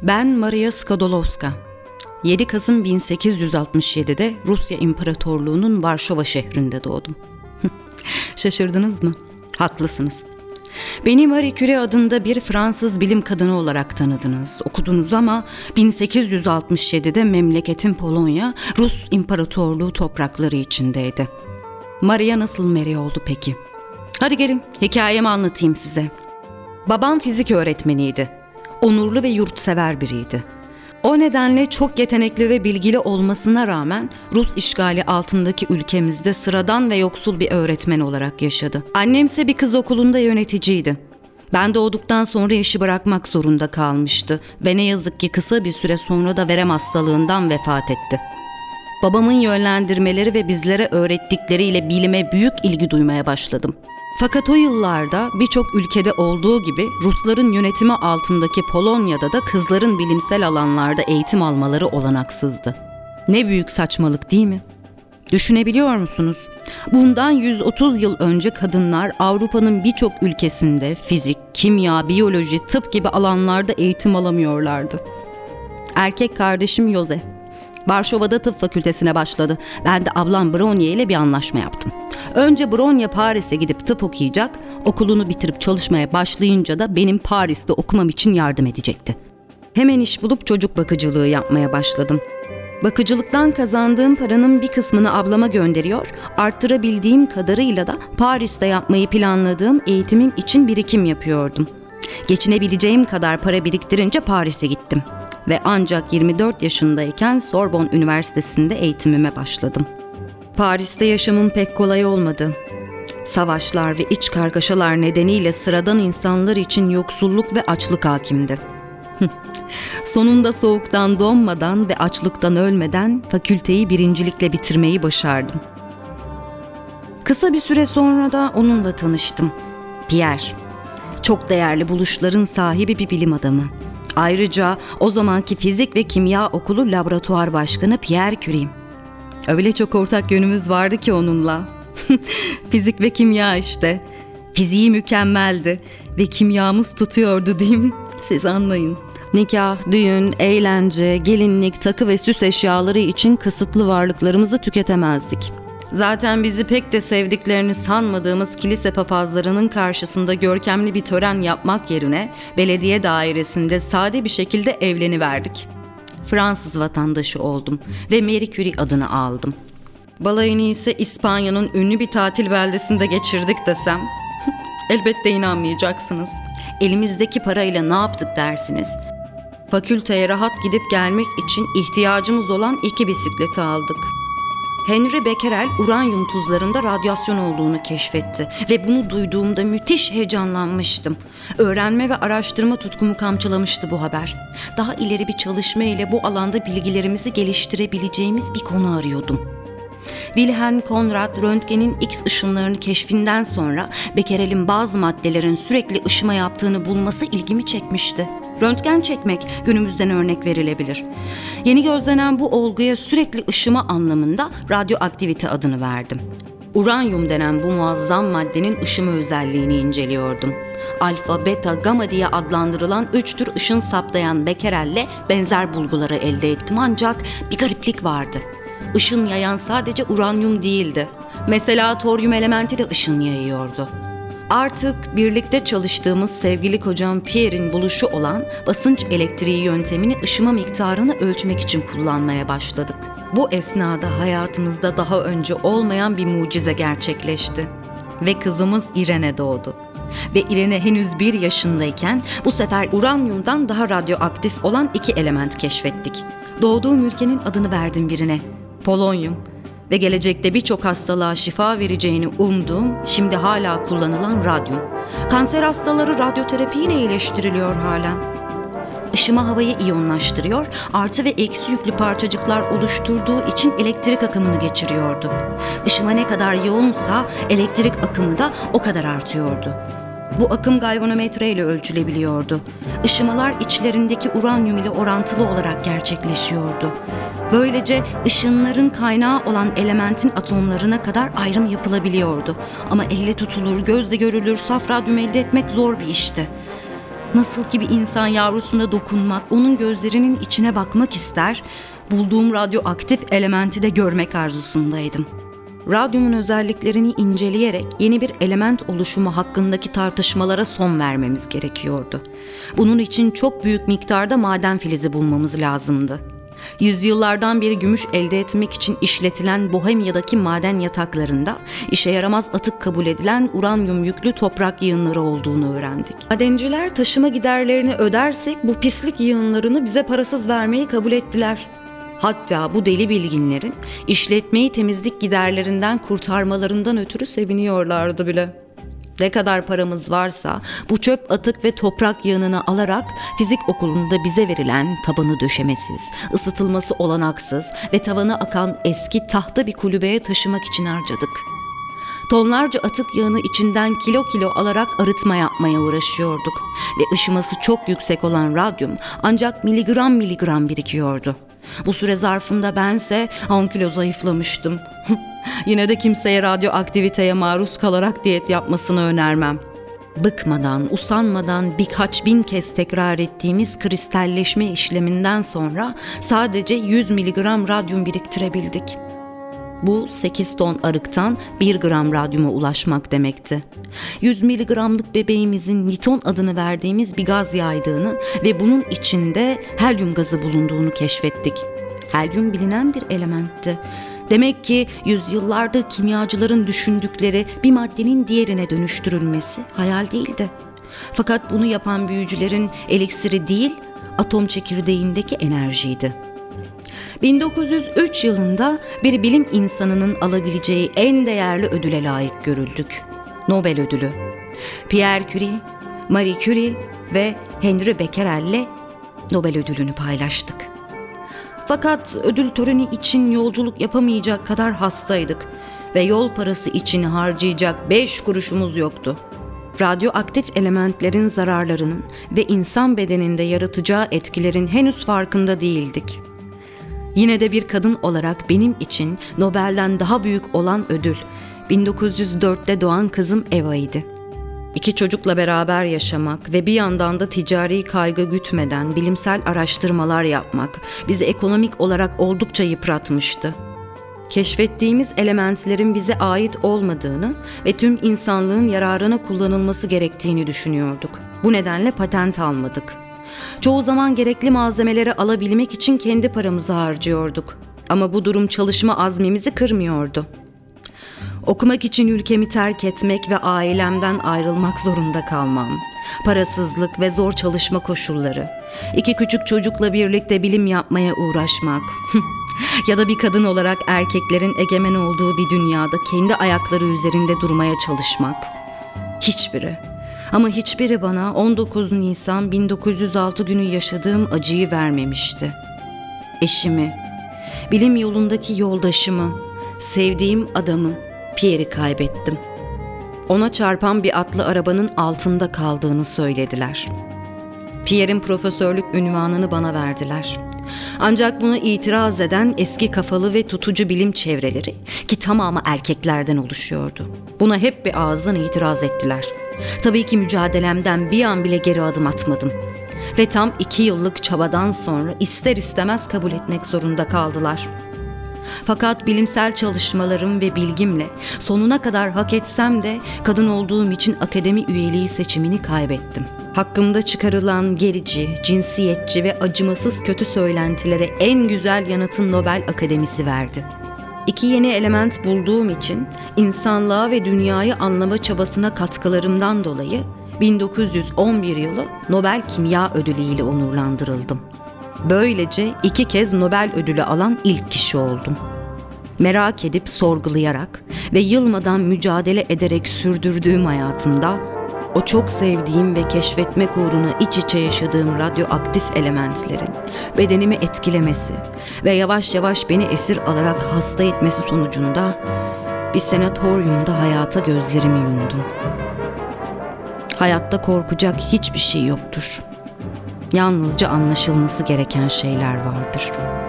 Ben Maria Skłodowska. 7 Kasım 1867'de Rusya İmparatorluğu'nun Varşova şehrinde doğdum. Şaşırdınız mı? Haklısınız. Beni Marie Curie adında bir Fransız bilim kadını olarak tanıdınız, okudunuz ama 1867'de memleketim Polonya, Rus İmparatorluğu toprakları içindeydi. Maria nasıl Mary oldu peki? Hadi gelin hikayemi anlatayım size. Babam fizik öğretmeniydi. Onurlu ve yurtsever biriydi. O nedenle çok yetenekli ve bilgili olmasına rağmen Rus işgali altındaki ülkemizde sıradan ve yoksul bir öğretmen olarak yaşadı. Annemse bir kız okulunda yöneticiydi. Ben doğduktan sonra işi bırakmak zorunda kalmıştı ve ne yazık ki kısa bir süre sonra da verem hastalığından vefat etti. Babamın yönlendirmeleri ve bizlere öğrettikleriyle bilime büyük ilgi duymaya başladım. Fakat o yıllarda birçok ülkede olduğu gibi Rusların yönetimi altındaki Polonya'da da kızların bilimsel alanlarda eğitim almaları olanaksızdı. Ne büyük saçmalık değil mi? Düşünebiliyor musunuz? Bundan 130 yıl önce kadınlar Avrupa'nın birçok ülkesinde fizik, kimya, biyoloji, tıp gibi alanlarda eğitim alamıyorlardı. Erkek kardeşim Joseph Varşova'da tıp fakültesine başladı. Ben de ablam Bronya ile bir anlaşma yaptım. Önce Bronya Paris'e gidip tıp okuyacak, okulunu bitirip çalışmaya başlayınca da benim Paris'te okumam için yardım edecekti. Hemen iş bulup çocuk bakıcılığı yapmaya başladım. Bakıcılıktan kazandığım paranın bir kısmını ablama gönderiyor, arttırabildiğim kadarıyla da Paris'te yapmayı planladığım eğitimim için birikim yapıyordum. Geçinebileceğim kadar para biriktirince Paris'e gittim. Ve ancak 24 yaşındayken Sorbonne Üniversitesi'nde eğitimime başladım. Paris'te yaşamım pek kolay olmadı. Savaşlar ve iç kargaşalar nedeniyle sıradan insanlar için yoksulluk ve açlık hakimdi. Sonunda soğuktan donmadan ve açlıktan ölmeden fakülteyi birincilikle bitirmeyi başardım. Kısa bir süre sonra da onunla tanıştım. Pierre. Çok değerli buluşların sahibi bir bilim adamı. Ayrıca o zamanki fizik ve kimya okulu laboratuvar başkanı Pierre Curie. Öyle çok ortak yönümüz vardı ki onunla. Fizik ve kimya işte. Fiziği mükemmeldi ve kimyamız tutuyordu diyeyim. Siz anlayın. Nikah, düğün, eğlence, gelinlik, takı ve süs eşyaları için kısıtlı varlıklarımızı tüketemezdik. Zaten bizi pek de sevdiklerini sanmadığımız kilise papazlarının karşısında görkemli bir tören yapmak yerine belediye dairesinde sade bir şekilde evleniverdik. Fransız vatandaşı oldum ve Marie Curie adını aldım. Balayını ise İspanya'nın ünlü bir tatil beldesinde geçirdik desem, elbette inanmayacaksınız. Elimizdeki parayla ne yaptık dersiniz? Fakülteye rahat gidip gelmek için ihtiyacımız olan 2 bisikleti aldık. Henry Becquerel uranyum tuzlarında radyasyon olduğunu keşfetti ve bunu duyduğumda müthiş heyecanlanmıştım. Öğrenme ve araştırma tutkumu kamçılamıştı bu haber. Daha ileri bir çalışma ile bu alanda bilgilerimizi geliştirebileceğimiz bir konu arıyordum. Wilhelm Conrad röntgenin X ışınlarını keşfinden sonra Becquerel'in bazı maddelerin sürekli ışıma yaptığını bulması ilgimi çekmişti. Röntgen çekmek günümüzden örnek verilebilir. Yeni gözlenen bu olguya sürekli ışıma anlamında radyoaktivite adını verdim. Uranyum denen bu muazzam maddenin ışıma özelliğini inceliyordum. Alfa, beta, gamma diye adlandırılan 3 tür ışın saptayan Becquerel'le benzer bulguları elde ettim ancak bir gariplik vardı. Işın yayan sadece uranyum değildi. Mesela toryum elementi de ışın yayıyordu. Artık birlikte çalıştığımız sevgili kocam Pierre'in buluşu olan basınç elektriği yöntemini ışıma miktarını ölçmek için kullanmaya başladık. Bu esnada hayatımızda daha önce olmayan bir mucize gerçekleşti. Ve kızımız Irene doğdu. Ve Irene henüz 1 yaşındayken bu sefer uranyumdan daha radyoaktif olan 2 element keşfettik. Doğduğum ülkenin adını verdim birine. Polonyum. Ve gelecekte birçok hastalığa şifa vereceğini umduğum, şimdi hala kullanılan radyum. Kanser hastaları radyoterapi ile iyileştiriliyor hala. Işıma havayı iyonlaştırıyor, artı ve eksi yüklü parçacıklar oluşturduğu için elektrik akımını geçiriyordu. Işıma ne kadar yoğunsa elektrik akımı da o kadar artıyordu. Bu akım galvanometre ile ölçülebiliyordu. Işımalar içlerindeki uranyum ile orantılı olarak gerçekleşiyordu. Böylece ışınların kaynağı olan elementin atomlarına kadar ayrım yapılabiliyordu. Ama elle tutulur, gözle görülür saf radyum elde etmek zor bir işti. Nasıl ki bir insan yavrusuna dokunmak, onun gözlerinin içine bakmak ister, bulduğum radyoaktif elementi de görmek arzusundaydım. Radyumun özelliklerini inceleyerek yeni bir element oluşumu hakkındaki tartışmalara son vermemiz gerekiyordu. Bunun için çok büyük miktarda maden filizi bulmamız lazımdı. Yüzyıllardan beri gümüş elde etmek için işletilen Bohemya'daki maden yataklarında işe yaramaz atık kabul edilen uranyum yüklü toprak yığınları olduğunu öğrendik. Madenciler taşıma giderlerini ödersek bu pislik yığınlarını bize parasız vermeyi kabul ettiler. Hatta bu deli bilginlerin işletmeyi temizlik giderlerinden kurtarmalarından ötürü seviniyorlardı bile. Ne kadar paramız varsa bu çöp atık ve toprak yığınını alarak fizik okulunda bize verilen tabanı döşemesiz, ısıtılması olanaksız ve tavanı akan eski tahta bir kulübeye taşımak için harcadık. Tonlarca atık yağını içinden kilo kilo alarak arıtma yapmaya uğraşıyorduk ve ışıması çok yüksek olan radyum ancak miligram miligram birikiyordu. Bu süre zarfında bense 10 kilo zayıflamıştım. Yine de kimseye radyoaktiviteye maruz kalarak diyet yapmasını önermem. Bıkmadan, usanmadan birkaç bin kez tekrar ettiğimiz kristalleşme işleminden sonra sadece 100 miligram radyum biriktirebildik. Bu 8 ton arıktan 1 gram radyuma ulaşmak demekti. 100 miligramlık bebeğimizin niton adını verdiğimiz bir gaz yaydığını ve bunun içinde helyum gazı bulunduğunu keşfettik. Helyum bilinen bir elementti. Demek ki yüzyıllardır kimyacıların düşündükleri bir maddenin diğerine dönüştürülmesi hayal değildi. Fakat bunu yapan büyücülerin eliksiri değil, atom çekirdeğindeki enerjiydi. 1903 yılında bir bilim insanının alabileceği en değerli ödüle layık görüldük. Nobel ödülü. Pierre Curie, Marie Curie ve Henri Becquerel'le Nobel ödülünü paylaştık. Fakat ödül töreni için yolculuk yapamayacak kadar hastaydık ve yol parası için harcayacak 5 kuruşumuz yoktu. Radyoaktif elementlerin zararlarının ve insan bedeninde yaratacağı etkilerin henüz farkında değildik. Yine de bir kadın olarak benim için Nobel'den daha büyük olan ödül 1904'te doğan kızım Eva'ydı. 2 çocukla beraber yaşamak ve bir yandan da ticari kaygı gütmeden bilimsel araştırmalar yapmak bizi ekonomik olarak oldukça yıpratmıştı. Keşfettiğimiz elementlerin bize ait olmadığını ve tüm insanlığın yararına kullanılması gerektiğini düşünüyorduk. Bu nedenle patent almadık. Çoğu zaman gerekli malzemeleri alabilmek için kendi paramızı harcıyorduk. Ama bu durum çalışma azmimizi kırmıyordu. Okumak için ülkemi terk etmek ve ailemden ayrılmak zorunda kalmam, parasızlık ve zor çalışma koşulları, 2 küçük çocukla birlikte bilim yapmaya uğraşmak ya da bir kadın olarak erkeklerin egemen olduğu bir dünyada kendi ayakları üzerinde durmaya çalışmak. Hiçbiri, ama hiçbiri bana 19 Nisan 1906 günü yaşadığım acıyı vermemişti. Eşimi, bilim yolundaki yoldaşımı, sevdiğim adamı, Pierre'i kaybettim. Ona çarpan bir atlı arabanın altında kaldığını söylediler. Pierre'in profesörlük unvanını bana verdiler. Ancak buna itiraz eden eski kafalı ve tutucu bilim çevreleri, ki tamamı erkeklerden oluşuyordu, buna hep bir ağızdan itiraz ettiler. Tabii ki mücadelemden bir an bile geri adım atmadım. Ve tam 2 yıllık çabadan sonra ister istemez kabul etmek zorunda kaldılar. Fakat bilimsel çalışmalarım ve bilgimle sonuna kadar hak etsem de kadın olduğum için akademi üyeliği seçimini kaybettim. Hakkımda çıkarılan gerici, cinsiyetçi ve acımasız kötü söylentilere en güzel yanıtın Nobel Akademisi verdi. 2 yeni element bulduğum için insanlığa ve dünyayı anlama çabasına katkılarımdan dolayı 1911 yılı Nobel Kimya Ödülü ile onurlandırıldım. Böylece 2 kez Nobel ödülü alan ilk kişi oldum. Merak edip sorgulayarak ve yılmadan mücadele ederek sürdürdüğüm hayatımda o çok sevdiğim ve keşfetmek uğruna iç içe yaşadığım radyoaktif elementlerin bedenimi etkilemesi ve yavaş yavaş beni esir alarak hasta etmesi sonucunda bir sanatoryumda hayata gözlerimi yumdum. Hayatta korkacak hiçbir şey yoktur. Yalnızca anlaşılması gereken şeyler vardır.